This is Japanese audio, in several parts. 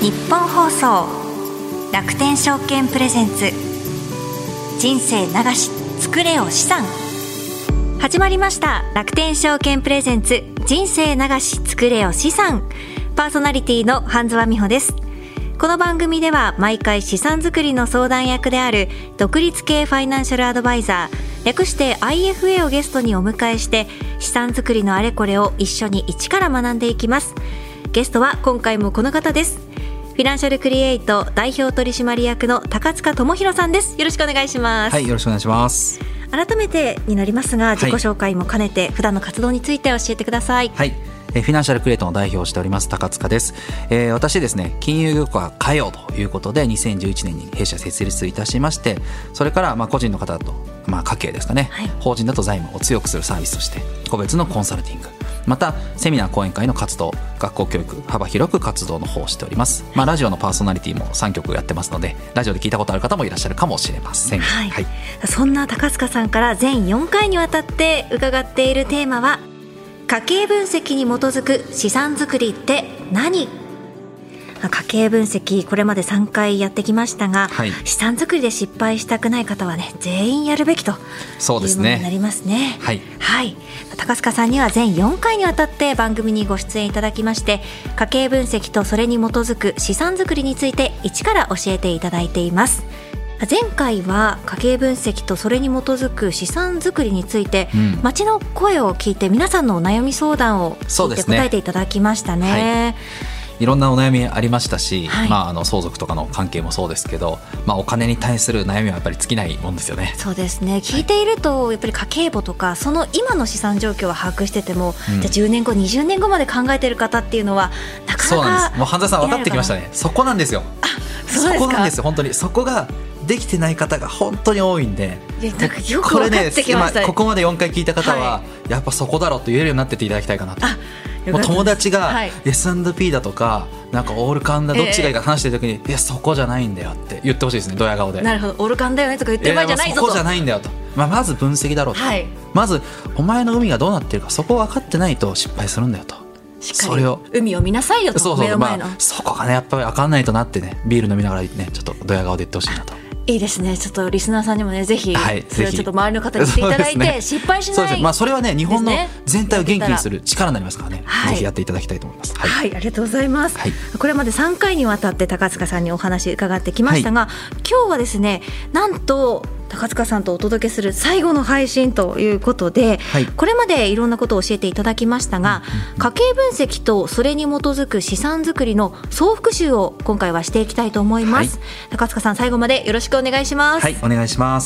日本放送楽天証券プレゼンツ人生流し作れよ資産。始まりました。楽天証券プレゼンツ人生流し作れよ資産。パーソナリティの半沢美穂です。この番組では毎回資産作りの相談役である独立系ファイナンシャルアドバイザー、略して IFA をゲストにお迎えして資産作りのあれこれを一緒に一から学んでいきます。ゲストは今回もこの方です。フィナンシャルクリエイト代表取締役の高塚智博さんです。よろしくお願いします。 はい、よろしくお願いします。 改めてになりますが、自己紹介も兼ねて普段の活動について教えてください。 はい、フィナンシャルクリエイトの代表をしております高塚です。私ですね、金融業界は変えようということで2011年に弊社設立いたしまして、それから個人の方と、家計ですかね、はい、法人だと財務を強くするサービスとして個別のコンサルティング、またセミナー講演会の活動、学校教育幅広く活動の方をしております。ラジオのパーソナリティも3局やってますので、ラジオで聞いたことある方もいらっしゃるかもしれません。 はいはい、そんな高塚さんから全4回にわたって伺っているテーマは、家計分析に基づく資産作りって何？家計分析、これまで3回やってきましたが、はい、資産作りで失敗したくない方はね、全員やるべきというものになりますね。はいはい、高塚さんには全4回にわたって番組にご出演いただきまして、家計分析とそれに基づく資産作りについて一から教えていただいています。前回は家計分析とそれに基づく資産作りについて、街の声を聞いて皆さんのお悩み相談を聞いて答えていただきましたね。 いろんなお悩みありましたし、はい、相続とかの関係もそうですけど、お金に対する悩みはやっぱり尽きないもんですよね。 そうですね、聞いているとやっぱり家計簿とかその今の資産状況は把握してても、じゃあ10年後20年後まで考えている方っていうのはなかなか。 そうなんです。もう半沢さん分かってきましたね。そこなんですよ。 そうですか。 そこなんですよ。本当にそこができてない方が本当に多いんで、 なんかよく分かってきました。 ここまで4回聞いた方は、やっぱそこだろうと言えるようになってていただきたいかなと。もう友達が S&P だとかなんかオールカンだどっちがいいか話してる時に、いやそこじゃないんだよって言ってほしいですね、ドヤ顔で。なるほど、オールカンだよねとか言ってる場合じゃないぞと。 そこじゃないんだよと、まず分析だろうと、はい、まずお前の海がどうなってるかそこ分かってないと失敗するんだよと。 しっかり海を見なさいよと。目の前の、 そこがねやっぱり分かんないとなってね、ビール飲みながらねちょっとドヤ顔で言ってほしいなと。 いいですね。ちょっとリスナーさんにもね、ぜひそれはちょっと周りの方にしていただいて、失敗しない。 そうですね、それはね日本の全体を元気にする力になりますからね、ぜひやっていただきたいと思います。 はい、はい、ありがとうございます。はい、これまで3回にわたって高塚さんにお話伺ってきましたが、今日はですね、なんと高塚さんとお届けする最後の配信ということで、これまでいろんなことを教えていただきましたが、家計分析とそれに基づく資産作りの総復習を今回はしていきたいと思います。高塚さん、最後までよろしくお願いします。 はい、お願いします。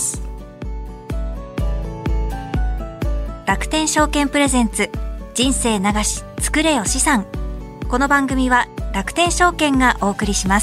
楽天証券プレゼンツ人生流し作れよ資産。この番組は楽天証券がお送りします。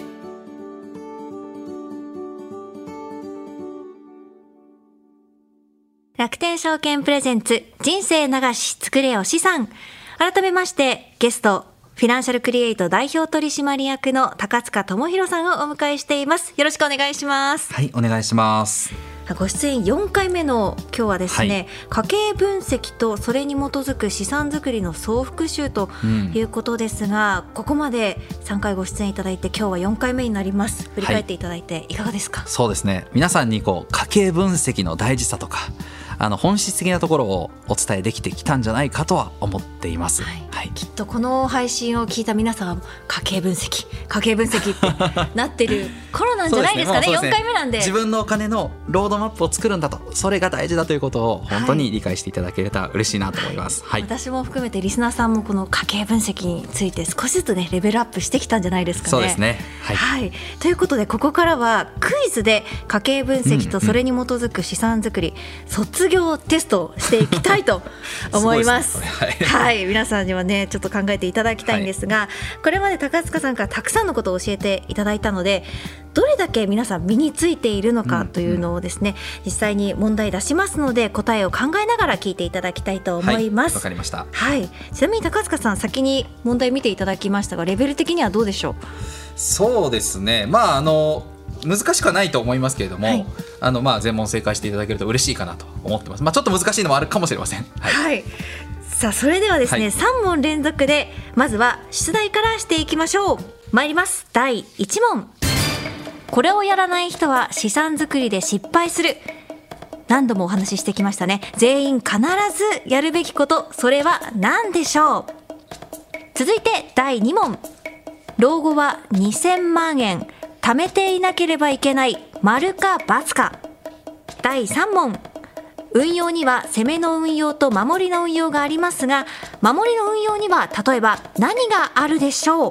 楽天証券プレゼンツ人生流し作れよ資産。改めましてゲスト、フィナンシャルクリエイト代表取締役の高塚智博さんをお迎えしています。よろしくお願いします。 はい、お願いします。 ご出演4回目の今日はですね、家計分析とそれに基づく資産作りの総復習ということですが、ここまで3回ご出演いただいて今日は4回目になります。振り返っていただいていかがですか？ そうですね、皆さんに家計分析の大事さとか本質的なところをお伝えできてきたんじゃないかとは思っています。 きっとこの配信を聞いた皆さんは家計分析ってなってる頃なんじゃないですかね。4回目なんで自分のお金のロードマップを作るんだと、それが大事だということを本当に理解していただけたら嬉しいなと思います。 私も含めてリスナーさんもこの家計分析について少しずつねレベルアップしてきたんじゃないですかね。 そうですね。 ということで、ここからはクイズで家計分析とそれに基づく資産作り、卒業テストをしていきたいと思います。皆さんにはねちょっと考えていただきたいんですが、これまで高塚さんからたくさんのことを教えていただいたので、どれだけ皆さん身についているのかというのをですね、実際に問題出しますので答えを考えながら聞いていただきたいと思います。 わかりました。 ちなみに高塚さん、先に問題見ていただきましたが、レベル的にはどうでしょう？ そうですね、難しくはないと思いますけれども、全問正解していただけると嬉しいかなと思ってます。ちょっと難しいのもあるかもしれません。さあそれではですね、3問連続でまずは出題からしていきましょう。 参ります。第1問。これをやらない人は資産作りで失敗する。何度もお話ししてきましたね。全員必ずやるべきこと、それは何でしょう。続いて第2問。老後は2000万円貯めていなければいけない、丸か×か。第3問。運用には攻めの運用と守りの運用がありますが、守りの運用には例えば何があるでしょう。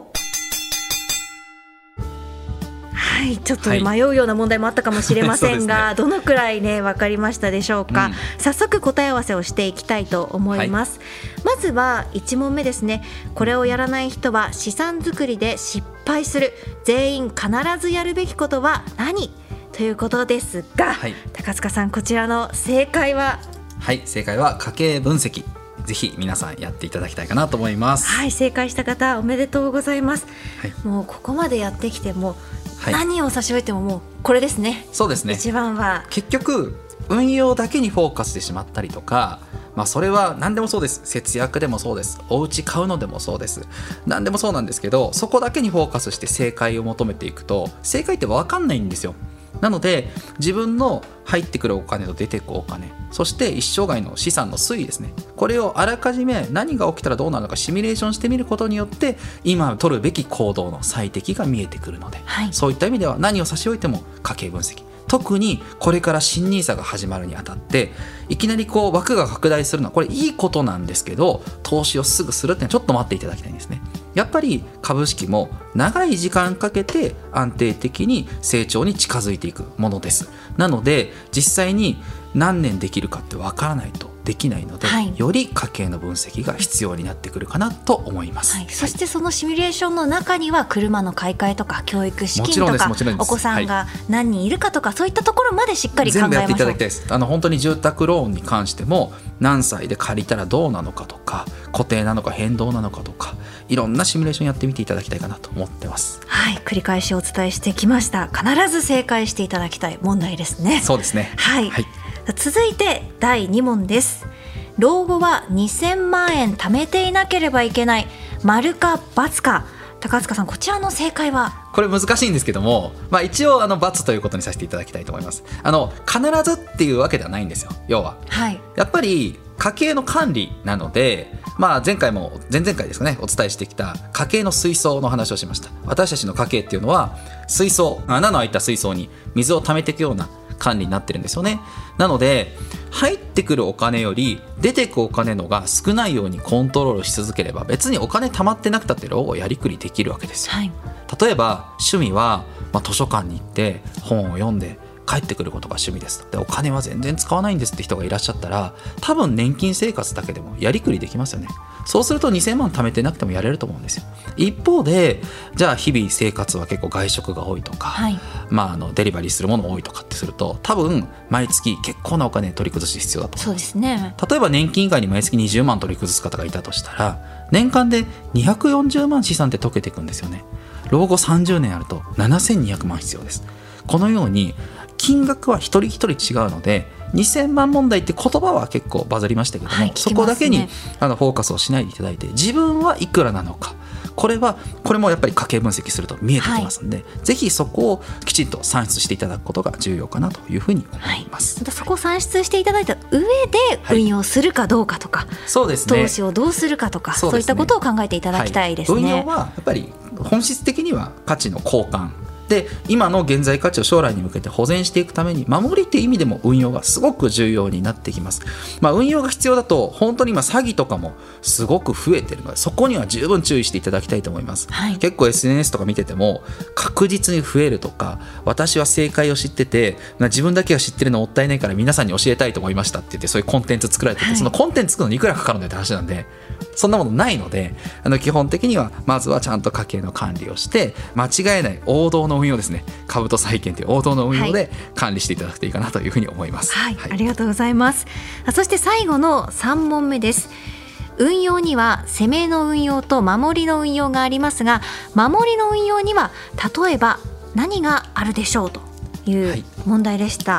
はい、ちょっと迷うような問題もあったかもしれませんが、どのくらいね分かりましたでしょうか。早速答え合わせをしていきたいと思います。まずは1問目ですね。これをやらない人は資産作りで失敗する。全員必ずやるべきことは何ということですが、高塚さん、こちらの正解は？ はい、正解は家計分析。ぜひ皆さんやっていただきたいかなと思います。 はい、正解した方おめでとうございます。もうここまでやってきても、何を差し置いてももうこれですね。 そうですね。 一番は結局運用だけにフォーカスしてしまったりとか、それは何でもそうです。節約でもそうです。お家買うのでもそうです。何でもそうなんですけど、そこだけにフォーカスして正解を求めていくと、正解って分かんないんですよ。なので自分の入ってくるお金と出ていくお金、そして一生涯の資産の推移ですね。これをあらかじめ何が起きたらどうなるのかシミュレーションしてみることによって、今取るべき行動の最適が見えてくるので、そういった意味では何を差し置いても家計分析。特にこれから新NISAが始まるにあたって、いきなり枠が拡大するのはこれいいことなんですけど、投資をすぐするっていうのはちょっと待っていただきたいんですね。やっぱり株式も長い時間かけて安定的に成長に近づいていくものです。なので実際に何年できるかってわからないとできないので、より家計の分析が必要になってくるかなと思います。 そしてそのシミュレーションの中には車の買い替えとか教育資金とかお子さんが何人いるかとか、そういったところまでしっかり考えましょう。 全部やっていただきたいです。本当に住宅ローンに関しても何歳で借りたらどうなのかとか、固定なのか変動なのかとか、いろんなシミュレーションやってみていただきたいかなと思ってます。 はい、繰り返しお伝えしてきました。必ず正解していただきたい問題ですね。 そうですね。 続いて第2問です。老後は2000万円貯めていなければいけない、丸か×か。高塚さん、こちらの正解は？ これ難しいんですけども、一応×ということにさせていただきたいと思います。必ずっていうわけではないんですよ。要は、やっぱり家計の管理なので、前回も前々回ですかね、お伝えしてきた家計の水槽の話をしました。私たちの家計っていうのは水槽、穴の開いた水槽に水を溜めていくような管理になってるんですよね。なので入ってくるお金より出てくお金のが少ないようにコントロールし続ければ、別にお金貯まってなくたって老後やりくりできるわけですよ。例えば趣味は、図書館に行って本を読んで帰ってくることが趣味です。でお金は全然使わないんですって人がいらっしゃったら、多分年金生活だけでもやりくりできますよね。そうすると2000万貯めてなくてもやれると思うんですよ。一方でじゃあ日々生活は結構外食が多いとか、デリバリーするもの多いとかってすると、多分毎月結構なお金取り崩し必要だと思います。 そうですね。 例えば年金以外に毎月20万取り崩す方がいたとしたら、年間で240万資産って溶けていくんですよね。老後30年あると7200万必要です。このように金額は一人一人違うので、2000万問題って言葉は結構バズりましたけども、そこだけにフォーカスをしないでいただいて、自分はいくらなのか、これもやっぱり家計分析すると見えてきますので、ぜひそこをきちんと算出していただくことが重要かなというふうに思います。 そこを算出していただいた上で運用するかどうかとか、 そうですね、 投資をどうするかとか、そういったことを考えていただきたいですね。 運用はやっぱり本質的には価値の交換で、今の現在価値を将来に向けて保全していくために、守りっていう意味でも運用がすごく重要になってきます。運用が必要だと本当に今詐欺とかもすごく増えてるので、そこには十分注意していただきたいと思います。結構 SNS とか見てても確実に増えるとか、私は正解を知ってて自分だけが知ってるのもったいないから皆さんに教えたいと思いましたって言って、そういうコンテンツ作られてて、そのコンテンツ作るのにいくらかかるんだって話なんで、そんなものないので、基本的にはまずはちゃんと家計の管理をして、間違えない王道の運用ですね、株と債券という王道の運用で管理していただくといいかなというふうに思います。 ありがとうございます。そして最後の3問目です。運用には攻めの運用と守りの運用がありますが、守りの運用には例えば何があるでしょうという問題でした。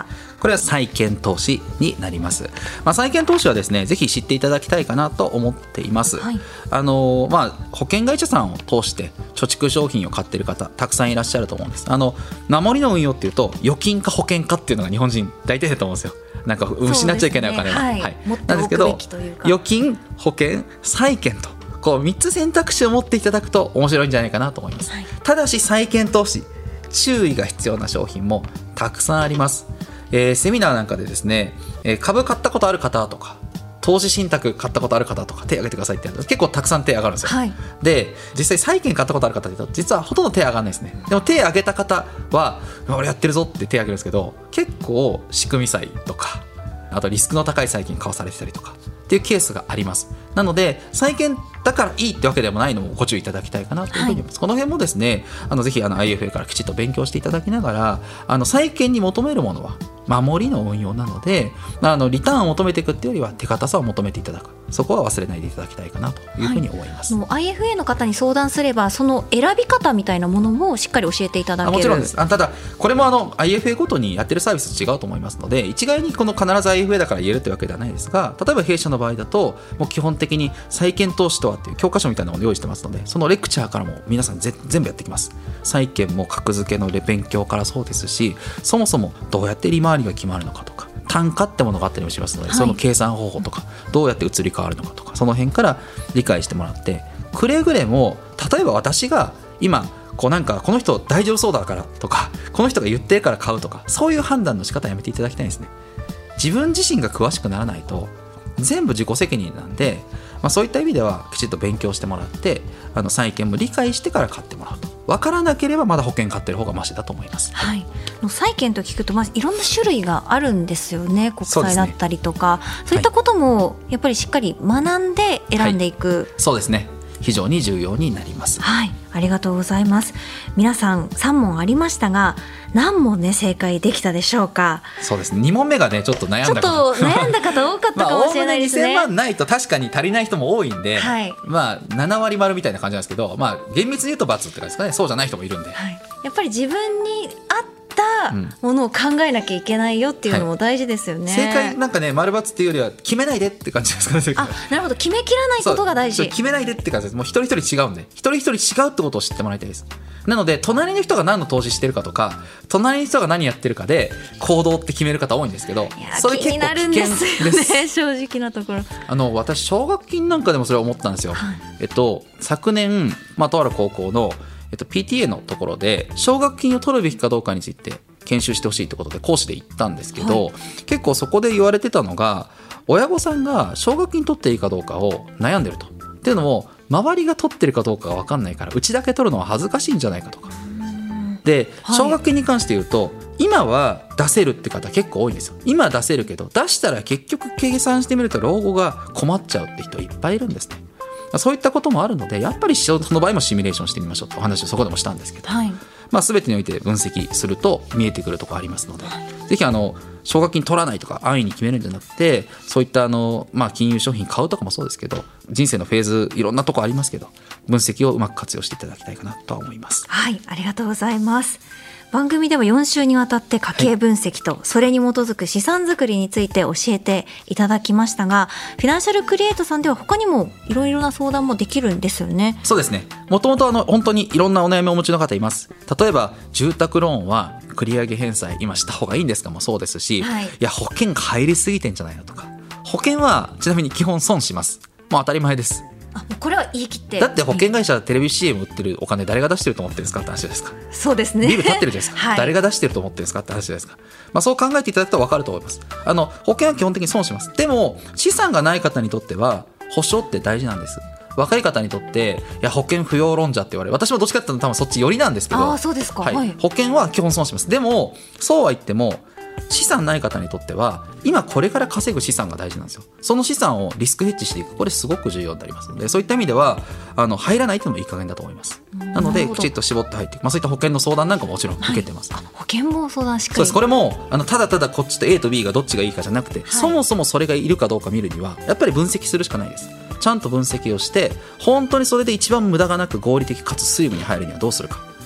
これは債券投資になります。債券投資はですね、ぜひ知っていただきたいかなと思っています。 はい、 保険会社さんを通して貯蓄商品を買っている方たくさんいらっしゃると思うんです。守りの運用っていうと預金か保険かっていうのが日本人大体だと思うんですよ。なんか失っちゃいけないお金は、なんですけど、預金、保険、債券とこう3つ選択肢を持っていただくと面白いんじゃないかなと思います。ただし債券投資注意が必要な商品もたくさんあります。セミナーなんかでですね、株買ったことある方とか投資信託買ったことある方とか手を挙げてくださいって結構たくさん手を挙がるんですよ、はい、で実際債券買ったことある方って実はほとんど手を挙がらないですね。でも手を挙げた方は俺やってるぞって手を挙げるんですけど、結構仕組み債とかあとリスクの高い債券買わされてたりとかっていうケースがあります。なので債券だからいいってわけでもないのもご注意いただきたいかなというふうに思います、はい、この辺もですねぜひIFA からきちっと勉強していただきながら債券に求めるものは守りの運用なのでリターンを求めていくっていうよりは手堅さを求めていただく、そこは忘れないでいただきたいかなというふうに思います、 はい、IFA の方に相談すればその選び方みたいなものもしっかり教えていただける。 もちろんです。ただこれもIFA ごとにやってるサービス違うと思いますので一概にこの必ず IFA だから言えるというわけではないですが、例えば弊社の場合だともう基本的に債券投資とはっていう教科書みたいなのを用意してますので、そのレクチャーからも皆さん全部やってきます。債券も格付けの勉強からそうですし、そもそもどうやって利回りが決まるのかとか単価ってものがあったりもしますので、その計算方法とかどうやって移り変わるのかとかその辺から理解してもらって、くれぐれも例えば私が今なんかこの人大丈夫そうだからとかこの人が言ってるから買うとかそういう判断の仕方やめていただきたいんですね。自分自身が詳しくならないと全部自己責任なんで、そういった意味ではきちっと勉強してもらって債券も理解してから買ってもらうと。分からなければまだ保険買ってる方がマシだと思います、 はい、債券と聞くといろんな種類があるんですよね。国債だったりとか そういったこともやっぱりしっかり学んで選んでいく、 はい、そうですね、非常に重要になります。 はい、ありがとうございます。皆さん3問ありましたが何問ね正解できたでしょうか。 そうですね、2問目がねちょっと悩んだ方多かったかもしれないですね。 2000万ないと確かに足りない人も多いんで、 はい、 7割丸みたいな感じなんですけど、厳密に言うと×って感じですかね。そうじゃない人もいるんで、はい、 やっぱり自分に合ったものを考えなきゃいけないよっていうのも大事ですよね、 正解なんかね丸×っていうよりは決めないでって感じですかね。 なるほど、決めきらないことが大事。 決めないでって感じです。もう一人一人違うんで一人一人違うってことを知ってもらいたいです。なので隣の人が何の投資してるかとか隣の人が何やってるかで行動って決める方多いんですけど、それ結構危険です。 気になるんですよね正直なところ。 私奨学金なんかでもそれを思ったんですよ、はい、昨年、とある高校の、PTA のところで奨学金を取るべきかどうかについて研修してほしいということで講師で行ったんですけど、はい、結構そこで言われてたのが親御さんが奨学金取っていいかどうかを悩んでると。っていうのも周りが取ってるかどうかが分かんないからうちだけ取るのは恥ずかしいんじゃないかとかで、奨学金に関して言うと、今は出せるって方結構多いんですよ。今出せるけど出したら結局計算してみると老後が困っちゃうって人いっぱいいるんですね。そういったこともあるのでやっぱりその場合もシミュレーションしてみましょうとお話をそこでもしたんですけど、はい、全てにおいて分析すると見えてくるところありますので、ぜひ奨学金取らないとか安易に決めるんじゃなくてそういった金融商品買うとかもそうですけど人生のフェーズいろんなとこありますけど分析をうまく活用していただきたいかなとは思います。 はい、ありがとうございます。番組では4週にわたって家計分析とそれに基づく資産作りについて教えていただきましたが、フィナンシャルクリエイトさんでは他にもいろいろな相談もできるんですよね。 そうですね、もともと本当にいろんなお悩みをお持ちの方います。例えば住宅ローンは繰り上げ返済今した方がいいんですかもそうですし、はい、いや保険入りすぎてんじゃないのとか、保険はちなみに基本損します。もう当たり前です。 これは言い切って。 だって保険会社テレビ CM 売ってるお金誰が出してると思ってるんですかって話ですか。 そうですね、 ビル立ってるじゃないですか、 はい、 誰が出してると思ってるんですかって話じゃないですか。そう考えていただくと分かると思います。保険は基本的に損します。でも資産がない方にとっては保証って大事なんです。若い方にとっていや保険不要論者って言われる。私もどっちかっていうと多分そっち寄りなんですけど、 そうですか、 はいはい、 保険は基本損します。でもそうは言っても資産ない方にとっては今これから稼ぐ資産が大事なんですよ。その資産をリスクヘッジしていく、これすごく重要になりますので、そういった意味では入らないというのもいい加減だと思います。なのできちっと絞って入っていく、そういった保険の相談なんかももちろん受けてます、 はい、保険も相談しっかり。 そうです。これもただただこっちと A と B がどっちがいいかじゃなくて、はい、そもそもそれがいるかどうか見るにはやっぱり分析するしかないです。ちゃんと分析をして本当にそれで一番無駄がなく合理的かつ水分に入るにはどうするか、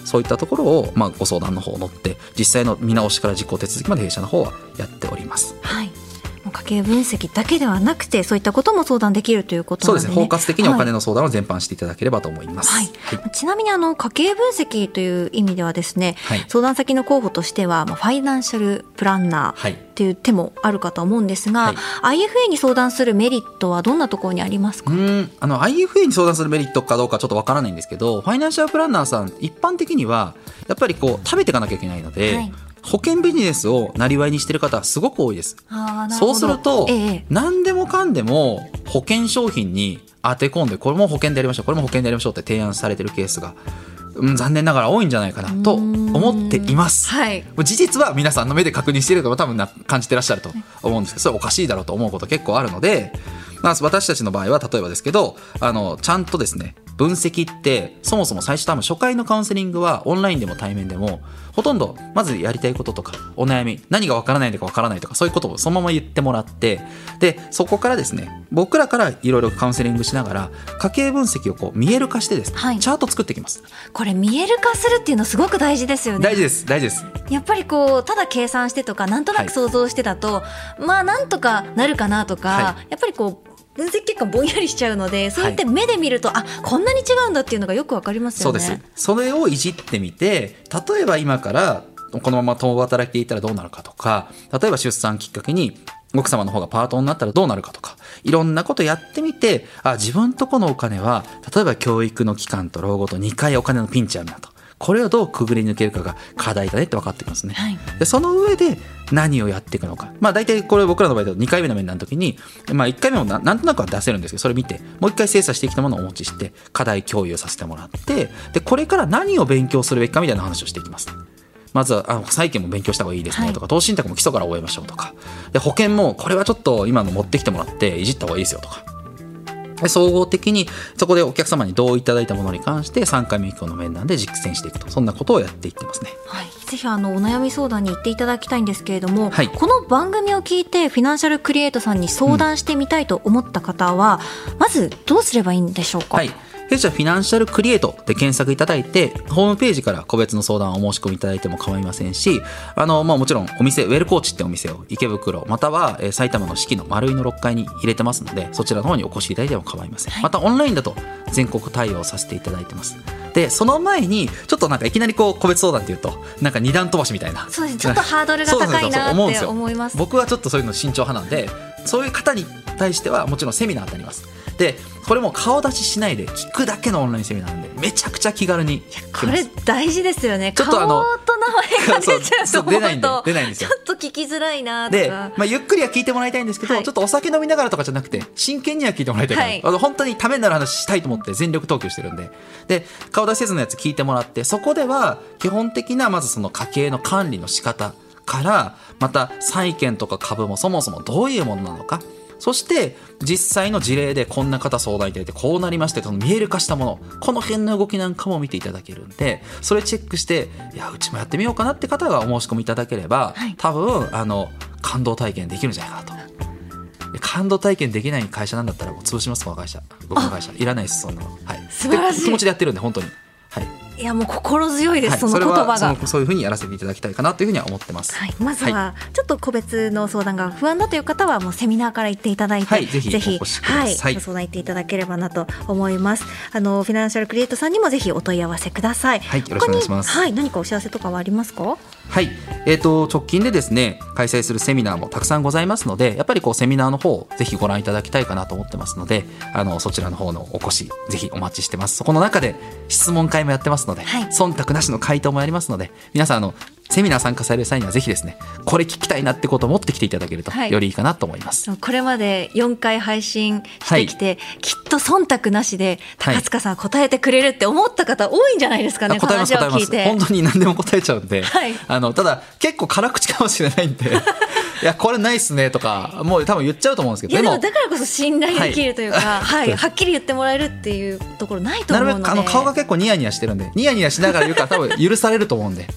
そういったところを、ご相談の方を乗って実際の見直しから実行手続きまで弊社の方はやっております。 はい、家計分析だけではなくてそういったことも相談できるということなので、ね、 そうですね、包括的にお金の相談を全般していただければと思います。 はいはい、ちなみに家計分析という意味ではですね、はい、相談先の候補としては、ファイナンシャルプランナーという手もあるかと思うんですが、はい、IFA に相談するメリットはどんなところにありますか？ IFA に相談するメリットかどうかちょっとわからないんですけど、ファイナンシャルプランナーさん一般的にはやっぱり食べていかなきゃいけないので、はい、保険ビジネスをなりわいにしている方はすごく多いです。そうすると、何でもかんでも保険商品に当て込んで、これも保険でやりましょう、これも保険でやりましょうって提案されているケースが、残念ながら多いんじゃないかなと思っています。はい、事実は皆さんの目で確認していると多分感じてらっしゃると思うんですけど、それおかしいだろうと思うこと結構あるので、私たちの場合は例えばですけど、ちゃんとですね、分析ってそもそも最初多分初回のカウンセリングはオンラインでも対面でもほとんどまずやりたいこととかお悩み、何がわからないのかわからないとか、そういうことをそのまま言ってもらって、でそこからですね、僕らからいろいろカウンセリングしながら家計分析を見える化してですね、はい、チャート作っていきます。 これ見える化するっていうのすごく大事ですよね。 大事です、大事です。 やっぱりただ計算してとかなんとなく想像してだと、なんとかなるかなとか、はい、やっぱり分析結果ぼんやりしちゃうので、そうやって目で見ると、こんなに違うんだっていうのがよくわかりますよね。 そうです。それをいじってみて、例えば今からこのまま共働きでいったらどうなるかとか、例えば出産きっかけに奥様の方がパートになったらどうなるかとか、いろんなことやってみて、自分とこのお金は例えば教育の期間と老後と2回お金のピンチあるなと、これをどうくぐり抜けるかが課題だねって分かってきますね。はい、でその上で何をやっていくのか、大体これ僕らの場合だと2回目の面談の時に、1回目もなんとなくは出せるんですけど、それ見てもう1回精査してきたものをお持ちして課題共有させてもらって、でこれから何を勉強するべきかみたいな話をしていきます。まずは債券も勉強した方がいいですねとか、投資信託も基礎から覚えましょうとか、で保険もこれはちょっと今の持ってきてもらっていじった方がいいですよとか、総合的にそこでお客様に同意いただいたものに関して3回目以降の面談で実践していくと、そんなことをやっていってますね。 はい、ぜひお悩み相談に行っていただきたいんですけれども、はい、この番組を聞いてフィナンシャルクリエイトさんに相談してみたいと思った方は、まずどうすればいいんでしょうか？はい、 弊社フィナンシャルクリエイトで検索いただいて、ホームページから個別の相談をお申し込みいただいても構いませんし、もちろんお店、ウェルコーチってお店を池袋または埼玉の四季の丸井の6階に入れてますので、そちらの方にお越しいただいても構いません。はい、またオンラインだと全国対応させていただいてます。でその前にちょっといきなり個別相談っていうと二段飛ばしみたいな、 そうです、ちょっとハードルが高いなって思います。 僕はちょっとそういうの慎重派なんで、そういう方に対してはもちろんセミナーになります。でこれも顔出ししないで聞くだけのオンラインセミナーなんで、めちゃくちゃ気軽に聞けます。 これ大事ですよね。ちょっと顔と名前が出ちゃうと思うと出ないんですよ。 ちょっと聞きづらいなとかで、ゆっくりは聞いてもらいたいんですけど、はい、ちょっとお酒飲みながらとかじゃなくて真剣には聞いてもらいたいから、はい、本当にためになる話したいと思って全力投球してるんで、顔出しせずのやつ聞いてもらって、そこでは基本的なまずその家計の管理の仕方から、また債券とか株もそもそもどういうものなのか、そして実際の事例でこんな方相談いただいてこうなりまして、その見える化したもの、この辺の動きなんかも見ていただけるんで、それチェックして、いやうちもやってみようかなって方がお申し込みいただければ、はい、多分感動体験できるんじゃないかなと。感動体験できない会社なんだったらもう潰します。この会社、僕の会社いらないです、そんなの。はい、 素晴らしい気持ちでやってるんで本当に。はい、 いやもう心強いです、はい、その言葉が。 そういうふうにやらせていただきたいかなというふうには思ってます。 はい、まずはちょっと個別の相談が不安だという方はもうセミナーから行っていただいて、はい、ぜひお越しください。ご相談行っていただければなと思います。フィナンシャルクリエイトさんにもぜひお問い合わせください。 はい、よろしくお願いします。 はい、何かお知らせとかはありますか？ はい、直近でですね開催するセミナーもたくさんございますので、やっぱりセミナーの方をぜひご覧いただきたいかなと思ってますので、そちらの方のお越しぜひお待ちしてます。そこの中で質問会もやってますので、はい、忖度なしの回答もやりますので、皆さんセミナー参加される際にはぜひですね、これ聞きたいなってことを持ってきていただけるとよりいいかなと思います。 はい、これまで4回配信してきて、はい、きっと忖度なしで高塚さん答えてくれるって思った方多いんじゃないですかね。 答えます、答えます。本当に何でも答えちゃうんで、はい、ただ結構辛口かもしれないんでいやこれないっすねとかもう多分言っちゃうと思うんですけど、 いやでもだからこそ信頼できるというか、はいはっきり言ってもらえるっていうところないと思うので、 なるべく顔が結構ニヤニヤしてるんで、ニヤニヤしながら言うから多分許されると思うんで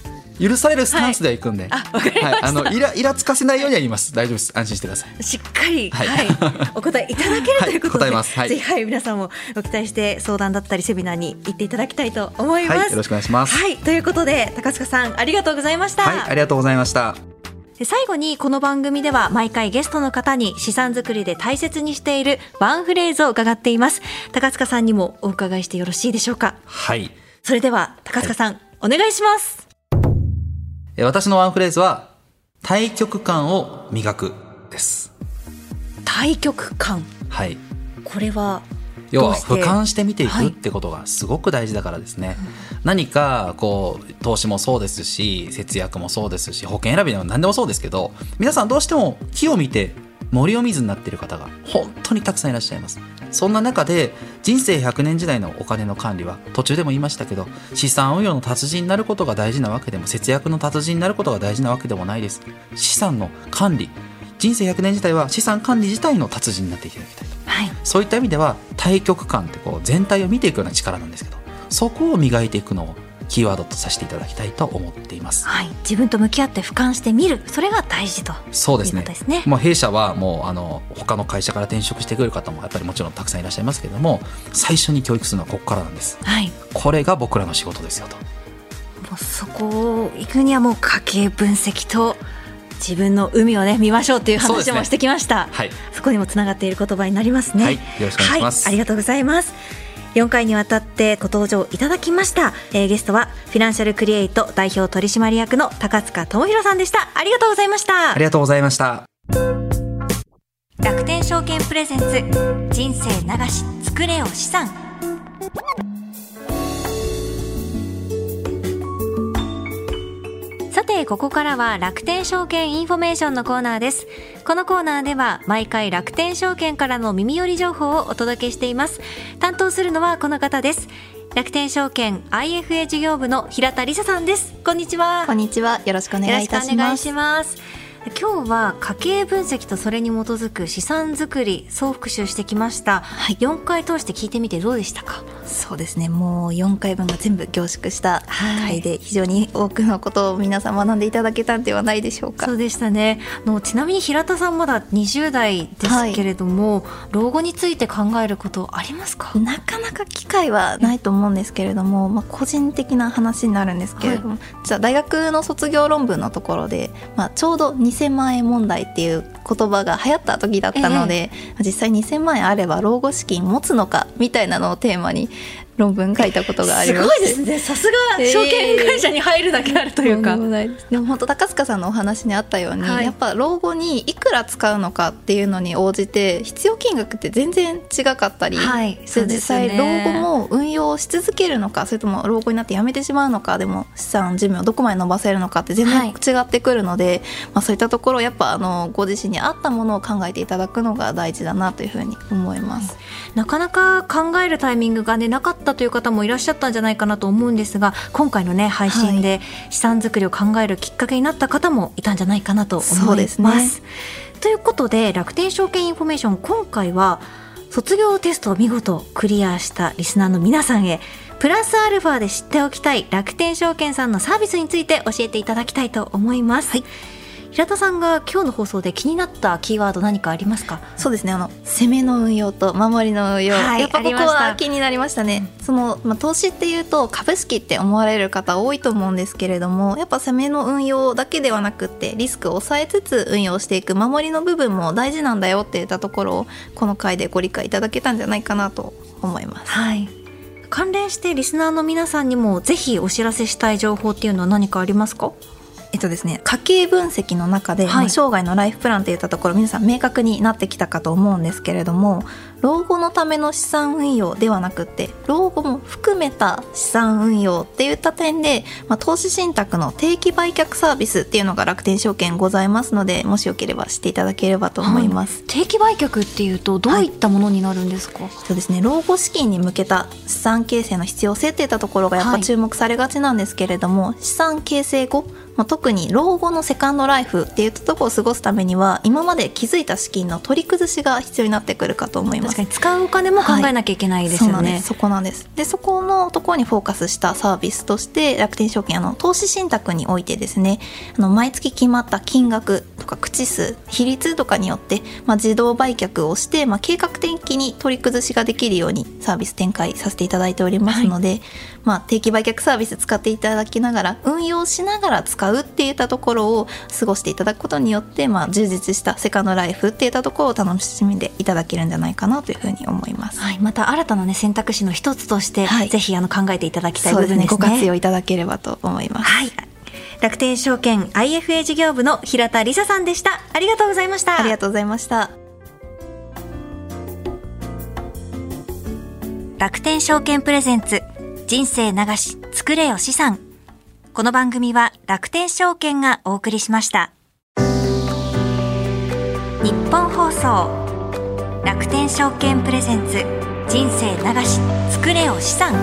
許されるスタンスではいくんで、 わかりました。 イラつかせないようには言います。大丈夫です。安心してください。 しっかり、お答えいただけるということで、 答えます。 ぜひ、皆さんもご期待して相談だったりセミナーに行っていただきたいと思います。 よろしくお願いします。 ということで高塚さんありがとうございました。 ありがとうございました。 最後にこの番組では毎回ゲストの方に資産作りで大切にしているワンフレーズを伺っています。高塚さんにもお伺いしてよろしいでしょうか。それでは高塚さん、お願いします。 私のワンフレーズは対極観を磨くです。 対極観、これは要は俯瞰して見ていくってことがすごく大事だからですね。何か投資もそうですし、節約もそうですし、保険選びでも何でもそうですけど、皆さんどうしても木を見て森を見ずになっている方が本当にたくさんいらっしゃいます。そんな中で人生100年時代のお金の管理は、途中でも言いましたけど、資産運用の達人になることが大事なわけでも、節約の達人になることが大事なわけでもないです。資産の管理、人生100年時代は資産管理自体の達人になっていただきたいと、そういった意味では対極観って全体を見ていくような力なんですけど、そこを磨いていくのをキーワードとさせていただきたいと思っています。 自分と向き合って俯瞰してみる、それが大事ということですね。 そうですね。もう弊社はもう他の会社から転職してくる方もやっぱりもちろんたくさんいらっしゃいますけれども、最初に教育するのはここからなんです。これが僕らの仕事ですよと。 もうそこを行くにはもう家計分析と自分の海を見ましょうという話もしてきました。そこにもつながっている言葉になりますね。 よろしくお願いします。 ありがとうございます。4回にわたってご登場いただきました。ゲストはフィナンシャルクリエイト代表取締役の高塚智博さんでした。ありがとうございました。 ありがとうございました。 楽天証券プレゼンツ、人生流し作れよ資産。さて、ここからは楽天証券インフォメーションのコーナーです。このコーナーでは毎回楽天証券からの耳寄り情報をお届けしています。担当するのはこの方です。楽天証券 IFA 事業部の平田理沙さんです。こんにちは。 こんにちは。よろしくお願いいたします。 よろしくお願いします。今日は家計分析とそれに基づく資産作り総復習してきました。4回通して聞いてみてどうでしたか？ そうですね、もう4回分が全部凝縮した回で、非常に多くのことを皆さん学んでいただけたんではないでしょうか。 そうでしたね。ちなみに平田さんまだ20代ですけれども、老後について考えることありますか？ なかなか機会はないと思うんですけれども、個人的な話になるんですけれども、じゃあ大学の卒業論文のところで、ちょうど2000万円問題っていう言葉が流行った時だったので、実際2000万円あれば老後資金持つのかみたいなのをテーマに論文書いたことがありまして。 すごいですね。さすが証券会社に入るだけあるというか、 でも本当高塚さんのお話にあったように、やっぱ老後にいくら使うのかっていうのに応じて必要金額って全然違かったり、実際老後も運用し続けるのか、それとも老後になってやめてしまうのかでも資産寿命をどこまで伸ばせるのかって全然違ってくるので、そういったところやっぱご自身に合ったものを考えていただくのが大事だなというふうに思います。 なかなか考えるタイミングがなかったという方もいらっしゃったんじゃないかなと思うんですが、今回の配信で資産作りを考えるきっかけになった方もいたんじゃないかなと思います。 そうですね。 ということで楽天証券インフォメーション、今回は卒業テストを見事クリアしたリスナーの皆さんへ、プラスアルファで知っておきたい楽天証券さんのサービスについて教えていただきたいと思います。平田さんが今日の放送で気になったキーワード何かありますか？ そうですね、攻めの運用と守りの運用、やっぱここは気になりましたね。投資っていうと株式って思われる方多いと思うんですけれども、やっぱ攻めの運用だけではなくってリスクを抑えつつ運用していく守りの部分も大事なんだよっていったところをこの回でご理解いただけたんじゃないかなと思います。 関連してリスナーの皆さんにもぜひお知らせしたい情報っていうのは何かありますか？ ですね、家計分析の中で、生涯のライフプランといったところ皆さん明確になってきたかと思うんですけれども、老後のための資産運用ではなくて老後も含めた資産運用っていった点で、投資信託の定期売却サービスっていうのが楽天証券ございますので、もしよければ知っていただければと思います。 定期売却っていうとどういったものになるんですか？ そうですね、老後資金に向けた資産形成の必要性っていったところがやっぱ注目されがちなんですけれども、資産形成後特に老後のセカンドライフっていうところを過ごすためには今まで築いた資金の取り崩しが必要になってくるかと思います。 確かに使うお金も考えなきゃいけないですよね。 そこなんです。でそこのところにフォーカスしたサービスとして楽天証券投資信託においてですね、毎月決まった金額とか口数比率とかによって、自動売却をして、計画的に取り崩しができるようにサービス展開させていただいておりますので、定期売却サービス使っていただきながら運用しながら使うっていったところを過ごしていただくことによって、充実したセカンドライフっていったところを楽しみでいただけるんじゃないかなというふうに思います。 また新たな、選択肢の一つとして、ぜひ考えていただきたい部分ですね。 ご活用いただければと思います。 楽天証券 IFA 事業部の平田理沙さんでした。ありがとうございました。 ありがとうございました。 楽天証券プレゼンツ人生流し作れよ資産。この番組は楽天証券がお送りしました。日本放送楽天証券プレゼンツ人生流し作れよ資産。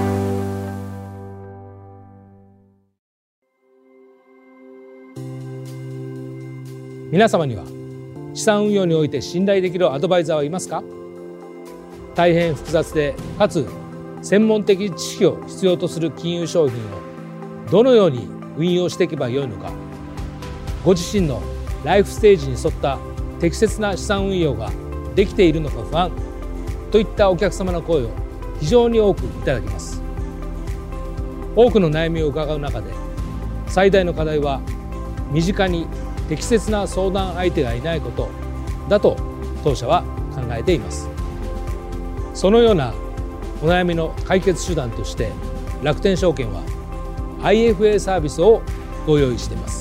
皆様には資産運用において信頼できるアドバイザーはいますか？大変複雑でかつ専門的知識を必要とする金融商品をどのように運用していけばよいのか、ご自身のライフステージに沿った適切な資産運用ができているのか不安といったお客様の声を非常に多くいただきます。多くの悩みを伺う中で最大の課題は身近に適切な相談相手がいないことだと当社は考えています。そのようなお悩みの解決手段として楽天証券は IFA サービスをご用意しています。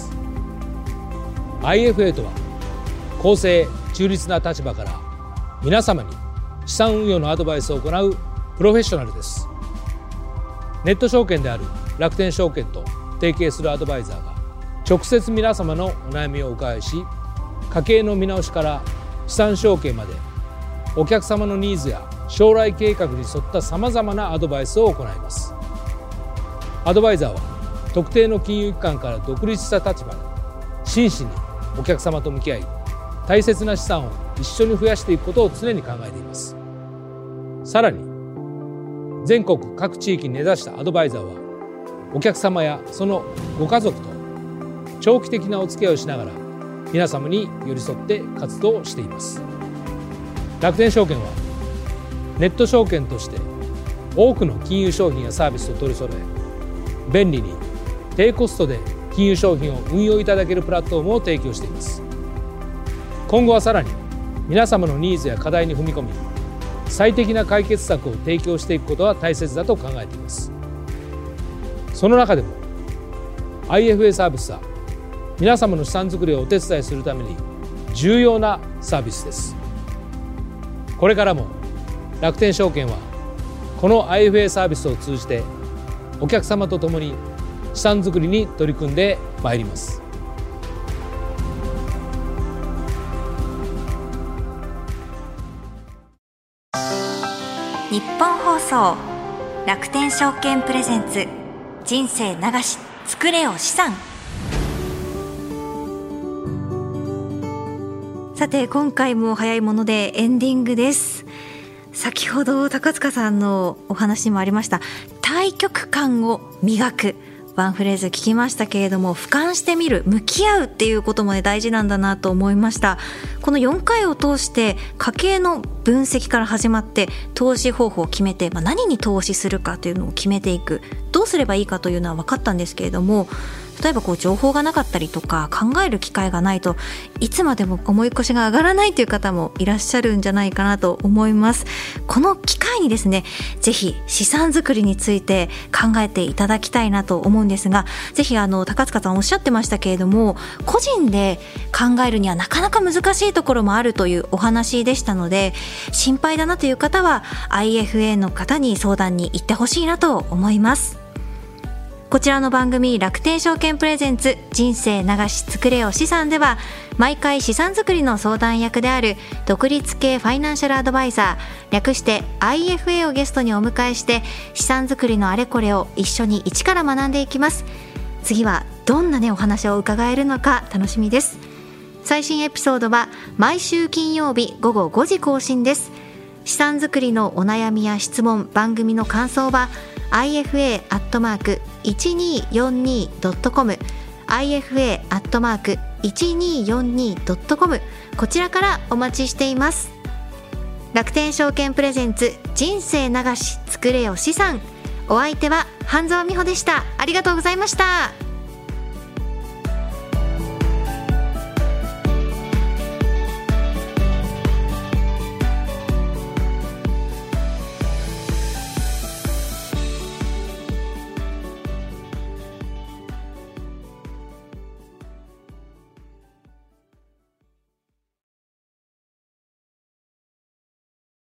IFA とは公正中立な立場から皆様に資産運用のアドバイスを行うプロフェッショナルです。ネット証券である楽天証券と提携するアドバイザーが直接皆様のお悩みをお伺いし、家計の見直しから資産承継までお客様のニーズや将来計画に沿ったさまざまなアドバイスを行います。アドバイザーは特定の金融機関から独立した立場で真摯にお客様と向き合い、大切な資産を一緒に増やしていくことを常に考えています。さらに全国各地域に根ざしたアドバイザーはお客様やそのご家族と長期的なお付き合いをしながら皆様に寄り添って活動しています。楽天証券はネット証券として多くの金融商品やサービスを取り揃え、便利に低コストで金融商品を運用いただけるプラットフォームを提供しています。今後はさらに皆様のニーズや課題に踏み込み、最適な解決策を提供していくことが大切だと考えています。その中でも IFA サービスは皆様の資産作りをお手伝いするために重要なサービスです。これからも楽天証券はこの IFA サービスを通じてお客様と共に資産作りに取り組んでまいります。 日本放送楽天証券プレゼンツ人生流し作れよ資産。さて今回も早いものでエンディングです。先ほど高塚さんのお話にもありました大局観を磨くワンフレーズ聞きましたけれども、俯瞰してみる、向き合うっていうこともね大事なんだなと思いました。この4回を通して家計の分析から始まって投資方法を決めて、何に投資するかというのを決めていく、どうすればいいかというのは分かったんですけれども、例えば情報がなかったりとか考える機会がないといつまでも重い腰が上がらないという方もいらっしゃるんじゃないかなと思います。この機会にですね、ぜひ資産作りについて考えていただきたいなと思うんですが、ぜひ高塚さんおっしゃってましたけれども、個人で考えるにはなかなか難しいところもあるというお話でしたので、心配だなという方は IFA の方に相談に行ってほしいなと思います。こちらの番組楽天証券プレゼンツ人生流し作れよ資産では、毎回資産作りの相談役である独立系ファイナンシャルアドバイザー、略して IFA をゲストにお迎えして資産作りのあれこれを一緒に一から学んでいきます。 次はどんなねお話を伺えるのか楽しみです。最新エピソードは毎週金曜日午後5時更新です。資産作りのお悩みや質問、番組の感想は ifa@1242.com ifa@1242.com こちらからお待ちしています。楽天証券プレゼンツ人生流し作れよ資産、お相手は半沢美穂でした。ありがとうございました。